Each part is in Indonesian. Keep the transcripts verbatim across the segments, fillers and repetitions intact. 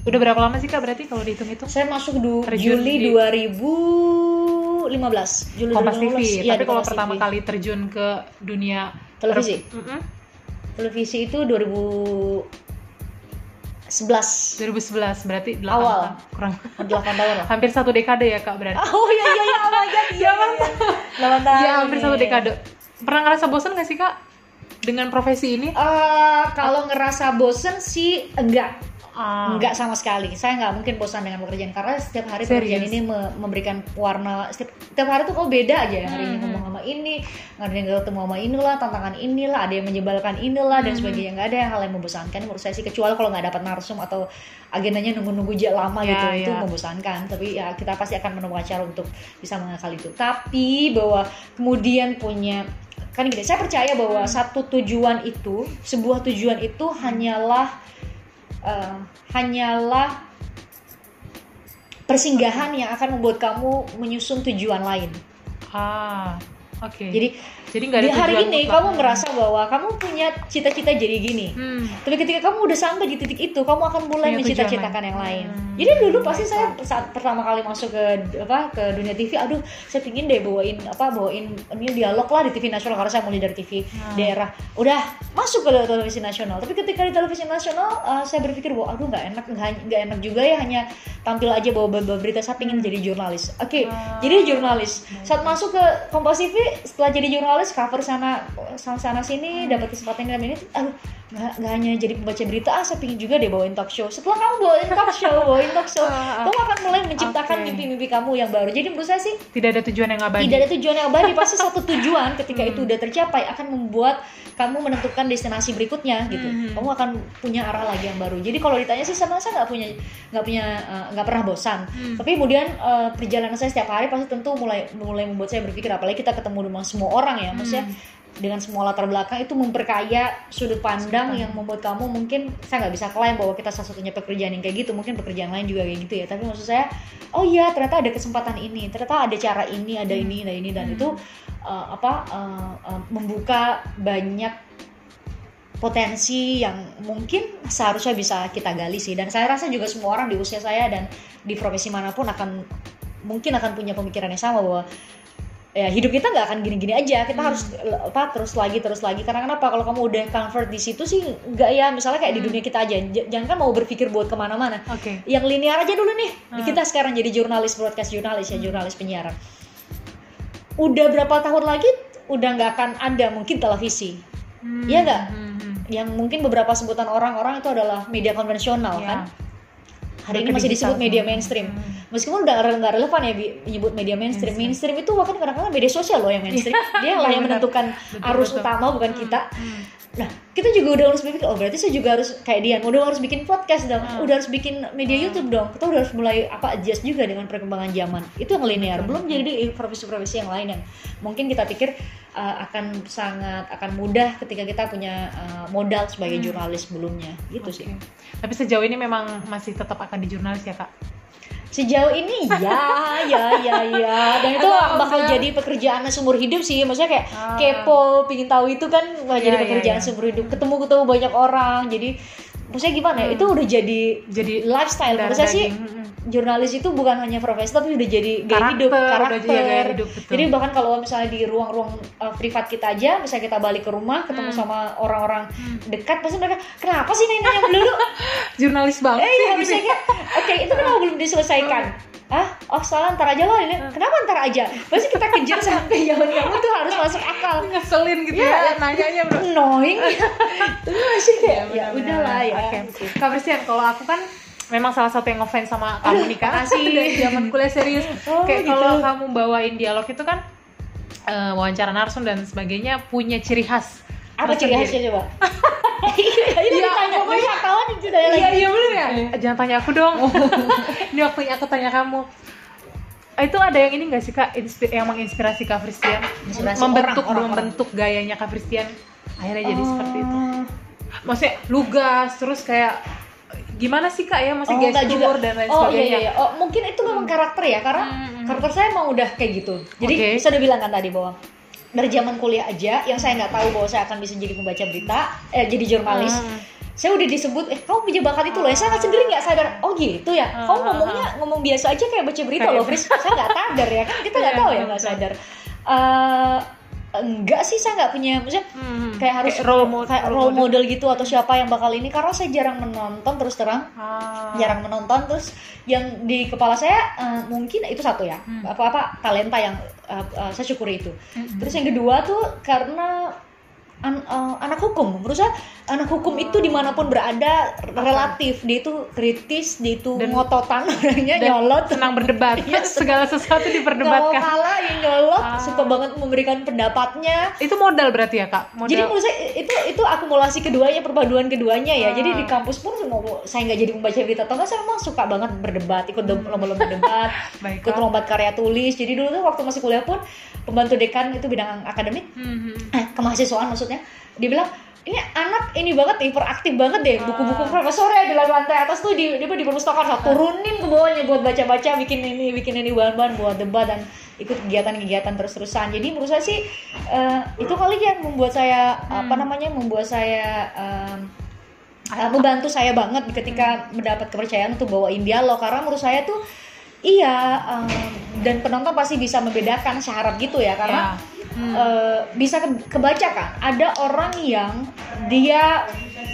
Udah berapa lama sih Kak berarti kalau dihitung itu? Saya masuk du- Juli dua ribu lima belas. Juli Kompas dua ribu lima belas. T V. Ya, tapi kalau Kompas pertama T V. kali terjun ke dunia televisi. Mm-mm. Televisi itu dua ribu sebelas. dua ribu sebelas berarti delapan Awal. tahun. Kurang delapan tahun lah. hampir satu dekade ya Kak berarti. Oh iya iya iya, oh my god. Iya, delapan tahun. Iya, hampir satu dekade. Pernah ngerasa bosan gak sih Kak dengan profesi ini? Uh, kalau ngerasa bosen sih enggak. Ah. Enggak sama sekali. Saya nggak mungkin bosan dengan pekerjaan karena setiap hari Serius? pekerjaan ini me- memberikan warna. Setiap, setiap hari tuh kok beda aja. Hari ini Hmm. ngomong sama ini, ada yang ketemu sama inilah, tantangan inilah, ada yang menyebalkan inilah dan Hmm. sebagainya. Nggak ada yang hal yang membosankan menurut saya sih, kecuali kalau nggak dapat narsum atau agendanya nunggu-nunggu jauh lama Ya, gitu, itu ya. membosankan. Tapi ya kita pasti akan menemukan cara untuk bisa mengakali itu. Tapi bahwa kemudian punya kan gini, saya percaya bahwa Hmm. satu tujuan itu, sebuah tujuan itu hanyalah Uh, hanyalah persinggahan yang akan membuat kamu menyusun tujuan lain. Ah, oke. Okay. Jadi Jadi nggak ada di hari tujuan ini mutlak. kamu merasa bahwa kamu punya cita-cita jadi gini. Hmm. Tapi ketika kamu udah sampai di titik itu, kamu akan mulai Punya mencita-citakan tujuan yang lain. Hmm. Jadi dulu pasti saya saat pertama kali masuk ke apa ke dunia T V, aduh, saya pingin deh bawain apa bawain ini dialog lah di T V nasional karena saya mulai dari T V Hmm. daerah. Udah masuk ke televisi nasional. Tapi ketika di televisi nasional, uh, saya berpikir bahwa aduh nggak enak, nggak enak juga ya hanya tampil aja bawa bawa berita. Saya pingin jadi jurnalis. Oke, okay, Hmm. jadi jurnalis. Saat masuk ke Kompas T V, setelah jadi jurnalis, cover sana sana, sana sini, dapat kesempatan dalam ini, aduh nggak nggak hanya jadi pembaca berita, ah saya pingin juga deh bawain talk show. Setelah kamu bawain talk show, bawain talk show, kamu akan mulai menciptakan Okay. mimpi-mimpi kamu yang baru. Jadi menurut saya sih Tidak ada tujuan yang abadi. tidak ada tujuan yang abadi, pasti satu tujuan ketika Hmm. itu udah tercapai akan membuat kamu menentukan destinasi berikutnya gitu. Hmm. Kamu akan punya arah lagi yang baru. Jadi kalau ditanya sih sama saya nggak punya nggak punya eh, nggak pernah bosan. Hmm. Tapi kemudian eh, perjalanan saya setiap hari pasti tentu mulai mulai membuat saya berpikir, apalagi kita ketemu dengan semua orang ya, maksudnya dengan semua latar belakang itu memperkaya sudut pandang yang membuat kamu mungkin, saya nggak bisa klaim bahwa kita satu-satunya pekerjaan yang kayak gitu, mungkin pekerjaan lain juga kayak gitu ya, tapi maksud saya oh iya ternyata ada kesempatan ini, ternyata ada cara ini, ada ini, ada ini, dan Hmm. itu uh, apa uh, uh, membuka banyak potensi yang mungkin seharusnya bisa kita gali sih. Dan saya rasa juga semua orang di usia saya dan di profesi manapun akan mungkin akan punya pemikiran yang sama bahwa ya hidup kita nggak akan gini-gini aja, kita Hmm. harus apa terus lagi terus lagi. Karena kenapa, kalau kamu udah comfort di situ sih nggak, ya misalnya kayak di Hmm. dunia kita aja, j- jangan kan mau berpikir buat kemana-mana, Oke. yang linear aja dulu nih. Hmm. Kita sekarang jadi jurnalis broadcast, jurnalis ya, jurnalis penyiaran, udah berapa tahun lagi udah nggak akan ada mungkin televisi. Hmm. Iya nggak? Hmm. Hmm. Yang mungkin beberapa sebutan orang-orang itu adalah media konvensional Ya. kan. Hari ini Udah ke masih disebut digital media semua. mainstream. Hmm. Meskipun udah nggak relevan ya bi- menyebut media mainstream. Mainstream. Mainstream itu bahkan kadang-kadang media sosial loh yang mainstream. Dia lah yang Benar. menentukan Betul, arus betul. utama, bukan Hmm. kita. Hmm. Nah, kita juga udah harus berpikir, oh berarti saya juga harus kayak Dian, udah harus bikin podcast dong, Hmm. udah harus bikin media Hmm. YouTube dong. Kita udah harus mulai apa adjust juga dengan perkembangan zaman. Itu yang linear. Belum jadi profesi-profesi yang lain yang mungkin kita pikir uh, akan sangat akan mudah ketika kita punya uh, modal sebagai Hmm. jurnalis sebelumnya. Gitu Oke. sih. Tapi sejauh ini memang masih tetap akan di jurnalis ya Kak? Sejauh ini ya, ya, ya, ya. Dan itu Atau bakal enggak? jadi pekerjaan seumur hidup sih. Maksudnya kayak Ah. kepo, pingin tahu itu kan wah, Ya, jadi ya, pekerjaan ya. seumur hidup. Ketemu-ketemu banyak orang. Jadi maksudnya gimana ya? Hmm. Itu udah jadi Jadi lifestyle. Menurut saya sih darah daging. Hmm. jurnalis itu bukan hanya profesi tapi udah jadi gaya Karakter, hidup, udah karakter. jadi gaya hidup, betul. Jadi bahkan kalau misalnya di ruang-ruang uh, privat kita aja, misalnya kita balik ke rumah ketemu Hmm. sama orang-orang Hmm. dekat, pasti mereka kenapa sih nanya dulu? Jurnalis banget Eh sih, iya gitu. misalnya, oke itu kenapa belum diselesaikan? Ah, oh salah ntar aja lah ini. Kenapa ntar aja? Pasti kita kejar sampai zaman kamu tuh harus masuk akal. Ngeselin gitu Iya, ya, nanyanya bro. Annoying. Itu masih kayak ya benar-benar. udahlah ya. Oke. Kak Fristian, kalau aku kan memang salah satu yang ngefans sama kamu nih Kak. makasih. Dari zaman kuliah serius. Oh, Kayak gitu. kalau kamu bawain dialog itu kan eh, wawancara narsum dan sebagainya punya ciri khas. Apa ciri tersendiri. khasnya coba? Ini Iya, ditanya, pokoknya- gue ketahuan itu dari Iya lagi. iya bener ya. Jangan tanya aku dong. Ini waktunya aku tanya kamu. Itu ada yang ini nggak sih Kak, inspi- yang menginspirasi Kak Fristian, Inspirasi membentuk orang, orang, membentuk gayanya Kak Fristian akhirnya jadi seperti itu. Oh. Maksudnya lugas terus kayak gimana sih Kak ya, Oh, maksudnya enggak gestur juga. dan lain Oh iya sebagainya. iya, iya. Oh mungkin itu memang karakter ya, karena Hmm. karakter saya emang udah kayak gitu. Jadi Oke. saya udah bilang kan tadi bahwa dari zaman kuliah aja yang saya nggak tahu bahwa saya akan bisa jadi pembaca berita, eh jadi jurnalis. Hmm. saya udah disebut eh kamu punya bakat itu loh, ya, saya nggak sendiri nggak sadar, oh gitu ya, kamu ngomongnya ngomong biasa aja kayak baca berita loh, Fris, saya nggak sadar ya, kan kita nggak tahu ya, nggak sadar. Uh, enggak sih, saya nggak punya, maksudnya hmm. kayak harus kayak role, mo- kayak role model. model gitu atau siapa yang bakal ini, karena saya jarang menonton, terus terang ah. jarang menonton. Terus yang di kepala saya uh, mungkin itu satu ya, hmm. apa-apa talenta yang uh, uh, saya syukuri itu. hmm. Terus yang kedua tuh karena An, uh, anak hukum, menurut saya anak hukum itu dimanapun berada relatif, dia itu kritis, dia itu dan, ngototan orangnya, nyolot, senang berdebat, ya, segala sesuatu diperdebatkan. Kalau kalah ya nyolot, ah. suka banget memberikan pendapatnya. Itu modal berarti ya kak? Modal. Jadi menurut saya itu itu akumulasi keduanya, perpaduan keduanya ya. Ah. Jadi di kampus pun saya nggak jadi membaca berita atau nggak, saya memang suka banget berdebat, ikut hmm. lomba-lomba debat, ikut lomba karya tulis. Jadi dulu tuh waktu masih kuliah pun pembantu dekan itu bidang akademik, hmm. eh, kemahasiswaan maksudnya, dia bilang ini anak ini banget, hiperaktif banget deh, buku-buku profesornya di lantai atas tuh di di, di perpustakaan, saya turunin ke bawahnya buat baca-baca, bikin ini bikin ini bahan-bahan buat debat dan ikut kegiatan-kegiatan terus-terusan. Jadi menurut saya sih uh, itu kali yang membuat saya hmm. apa namanya membuat saya um, uh, membantu saya banget ketika mendapat kepercayaan untuk bawain dialog, karena menurut saya tuh iya um, dan penonton pasti bisa membedakan, saya harap gitu ya, karena yeah. Hmm. Uh, bisa ke- kebaca kan, ada orang yang dia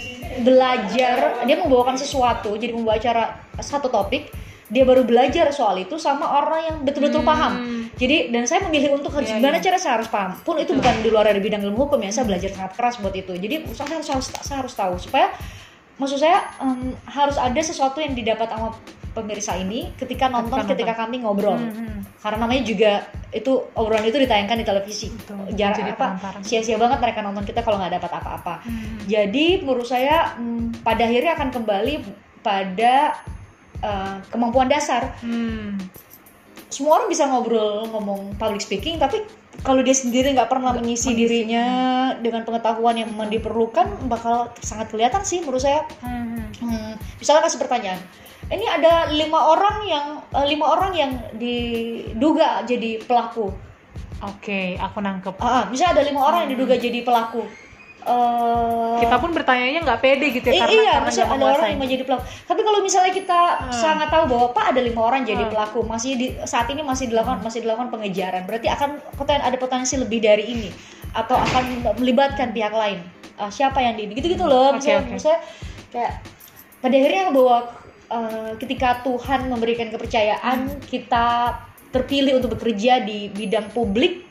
belajar, dia membawakan sesuatu, jadi membawa acara satu topik, dia baru belajar soal itu sama orang yang betul-betul hmm. paham. Jadi dan saya memilih untuk harus yeah, gimana yeah. cara saya harus paham, pun itu bukan di luar dari bidang ilmu hukum ya, saya belajar sangat keras buat itu. Jadi saya harus, harus saya harus tahu supaya, maksud saya um, harus ada sesuatu yang didapat sama pemirsa ini ketika nonton, ketika, ketika kami ngobrol, hmm. karena namanya juga itu obrolan itu ditayangkan di televisi, jarak apa sia-sia banget mereka nonton kita kalau nggak dapat apa-apa. hmm. Jadi menurut saya hmm, pada akhirnya akan kembali pada uh, kemampuan dasar. hmm. Semua orang bisa ngobrol, ngomong public speaking, tapi kalau dia sendiri nggak pernah mengisi dirinya dengan pengetahuan yang memang diperlukan, bakal sangat kelihatan sih menurut saya. hmm. Hmm, misalnya kasih pertanyaan, ini ada lima orang yang uh, lima orang yang diduga jadi pelaku. Oke, aku nangkep. Ah, misalnya ada lima orang yang diduga jadi pelaku. Uh, kita pun bertanyanya nggak pede gitu ya, eh, karena, iya, karena misalnya ada orang yang mau jadi pelaku. Tapi kalau misalnya kita hmm. sangat tahu bahwa Pak ada lima orang jadi hmm. pelaku, masih di, saat ini masih dilakukan hmm. masih dilakukan pengejaran, berarti akan ada potensi lebih dari ini, atau akan melibatkan pihak lain. Uh, siapa yang di gitu-gitu loh, misalnya, okay, okay. misalnya kayak pada akhirnya bahwa Uh, ketika Tuhan memberikan kepercayaan, hmm. kita terpilih untuk bekerja di bidang publik,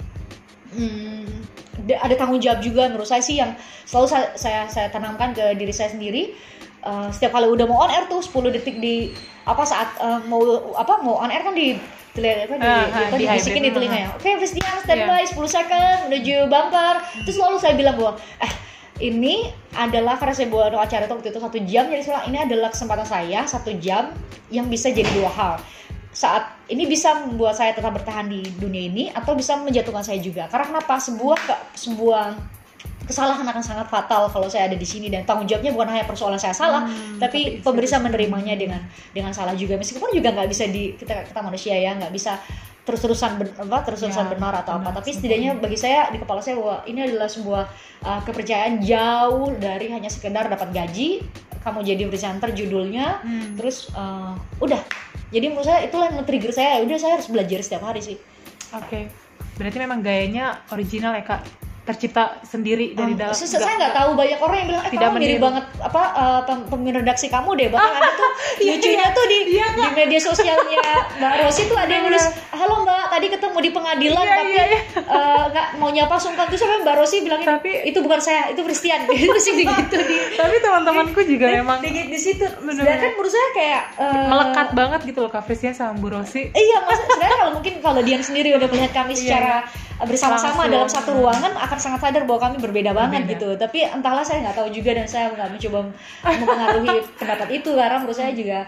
hmm, ada tanggung jawab juga menurut saya sih, yang selalu saya saya, saya tanamkan ke diri saya sendiri. Uh, setiap kali udah mau on air tuh sepuluh detik di apa saat uh, mau apa mau on air kan di telinga apa di, uh, di, di, dibisikin di telinga ya. Oke, okay, Christian standby yeah. sepuluh second menuju bumper. Terus selalu saya bilang bahwa eh ini adalah, karena saya buat acara itu waktu itu satu jam, jadi saya ini adalah kesempatan saya satu jam yang bisa jadi dua hal. Saat ini bisa membuat saya tetap bertahan di dunia ini, atau bisa menjatuhkan saya juga. Karena kenapa? Sebuah sebuah kesalahan akan sangat fatal kalau saya ada di sini, dan tanggung jawabnya bukan hanya persoalan saya salah, hmm, tapi, tapi pemirsa menerimanya dengan dengan salah juga. Meskipun juga nggak bisa di kita kita manusia ya, nggak bisa terus-terusan ben, apa terus-terusan ya, benar atau benar, apa, tapi setidaknya bagi saya di kepala saya bahwa ini adalah sebuah uh, kepercayaan jauh dari hanya sekedar dapat gaji, kamu jadi presenter judulnya, hmm. terus uh, udah. Jadi menurut saya itulah yang men-trigger saya, udah saya harus belajar setiap hari sih. Oke, okay. Berarti memang gayanya original ya kak, tercipta sendiri dari dalam. Um, saya nggak tahu, banyak orang yang bilang eh kamu mirip banget apa uh, pemimpin redaksi kamu deh, bahkan ada tuh lucunya tuh di iya, di media sosialnya Mbak Rosi tuh ada yang nulis, halo Mbak, tadi ketemu di pengadilan iya, tapi nggak iya, iya. uh, mau nyapa sungkan, tuh sampai Mbak Rosi bilang tapi itu bukan saya, itu Christian gitu sih gitu di. Tapi teman-temanku juga di, memang di, di situ. Sedangkan menurut saya kayak uh, melekat banget gitu loh Kak Christian sama Bu Rosi. Iya, mas. Sebenarnya kalau mungkin kalau Dian sendiri udah melihat kami secara iya. bersama-sama dalam satu ruangan, akan sangat sadar bahwa kami berbeda banget berbeda. Gitu. Tapi entahlah, saya nggak tahu juga, dan saya nggak mencoba mempengaruhi pendapat itu, karena menurut saya juga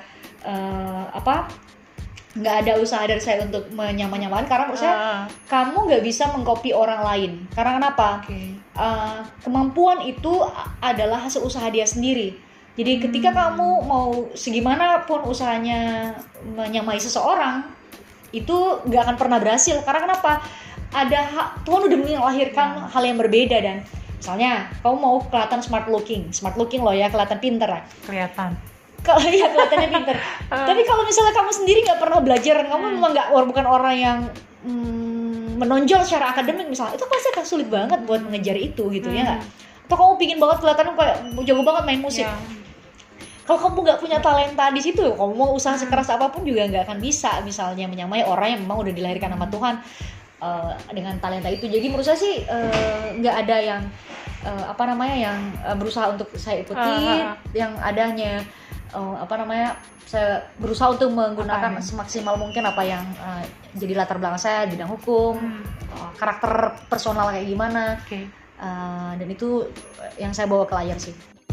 uh, apa nggak ada usaha dari saya untuk menyamakan, karena menurut saya uh. kamu nggak bisa mengcopy orang lain. Karena kenapa? Okay. Uh, kemampuan itu adalah hasil usaha dia sendiri. Jadi ketika hmm. kamu mau segimanapun usahanya menyamai seseorang, itu nggak akan pernah berhasil. Karena kenapa? Ada hak, Tuhan udah melahirkan ya. hal yang berbeda, dan Misalnya, kamu mau kelihatan smart looking, smart looking loh ya, kelihatan pinter lah. Kelihatan. Kalau ya kelihatannya pinter. Tapi kalau misalnya kamu sendiri nggak pernah belajar, kamu Hmm. memang nggak, bukan orang yang mm, menonjol secara akademik misalnya, itu pasti akan sulit banget buat mengejar itu gitu ya nggak? Atau kamu pingin banget kelihatan kayak jago banget main musik. Ya. Kalau kamu nggak punya talenta di situ, kamu mau usaha sekeras apapun juga nggak akan bisa. Misalnya menyamai orang yang memang udah dilahirkan sama Tuhan uh, dengan talenta itu. Jadi menurut saya sih uh, nggak ada yang uh, apa namanya yang uh, berusaha untuk saya ikuti, Uh, uh, uh. yang adanya uh, apa namanya saya berusaha untuk menggunakan Apa semaksimal mungkin apa yang uh, jadi latar belakang saya bidang hukum, Hmm. uh, karakter personal kayak gimana, Oke. uh, dan itu yang saya bawa ke layar sih.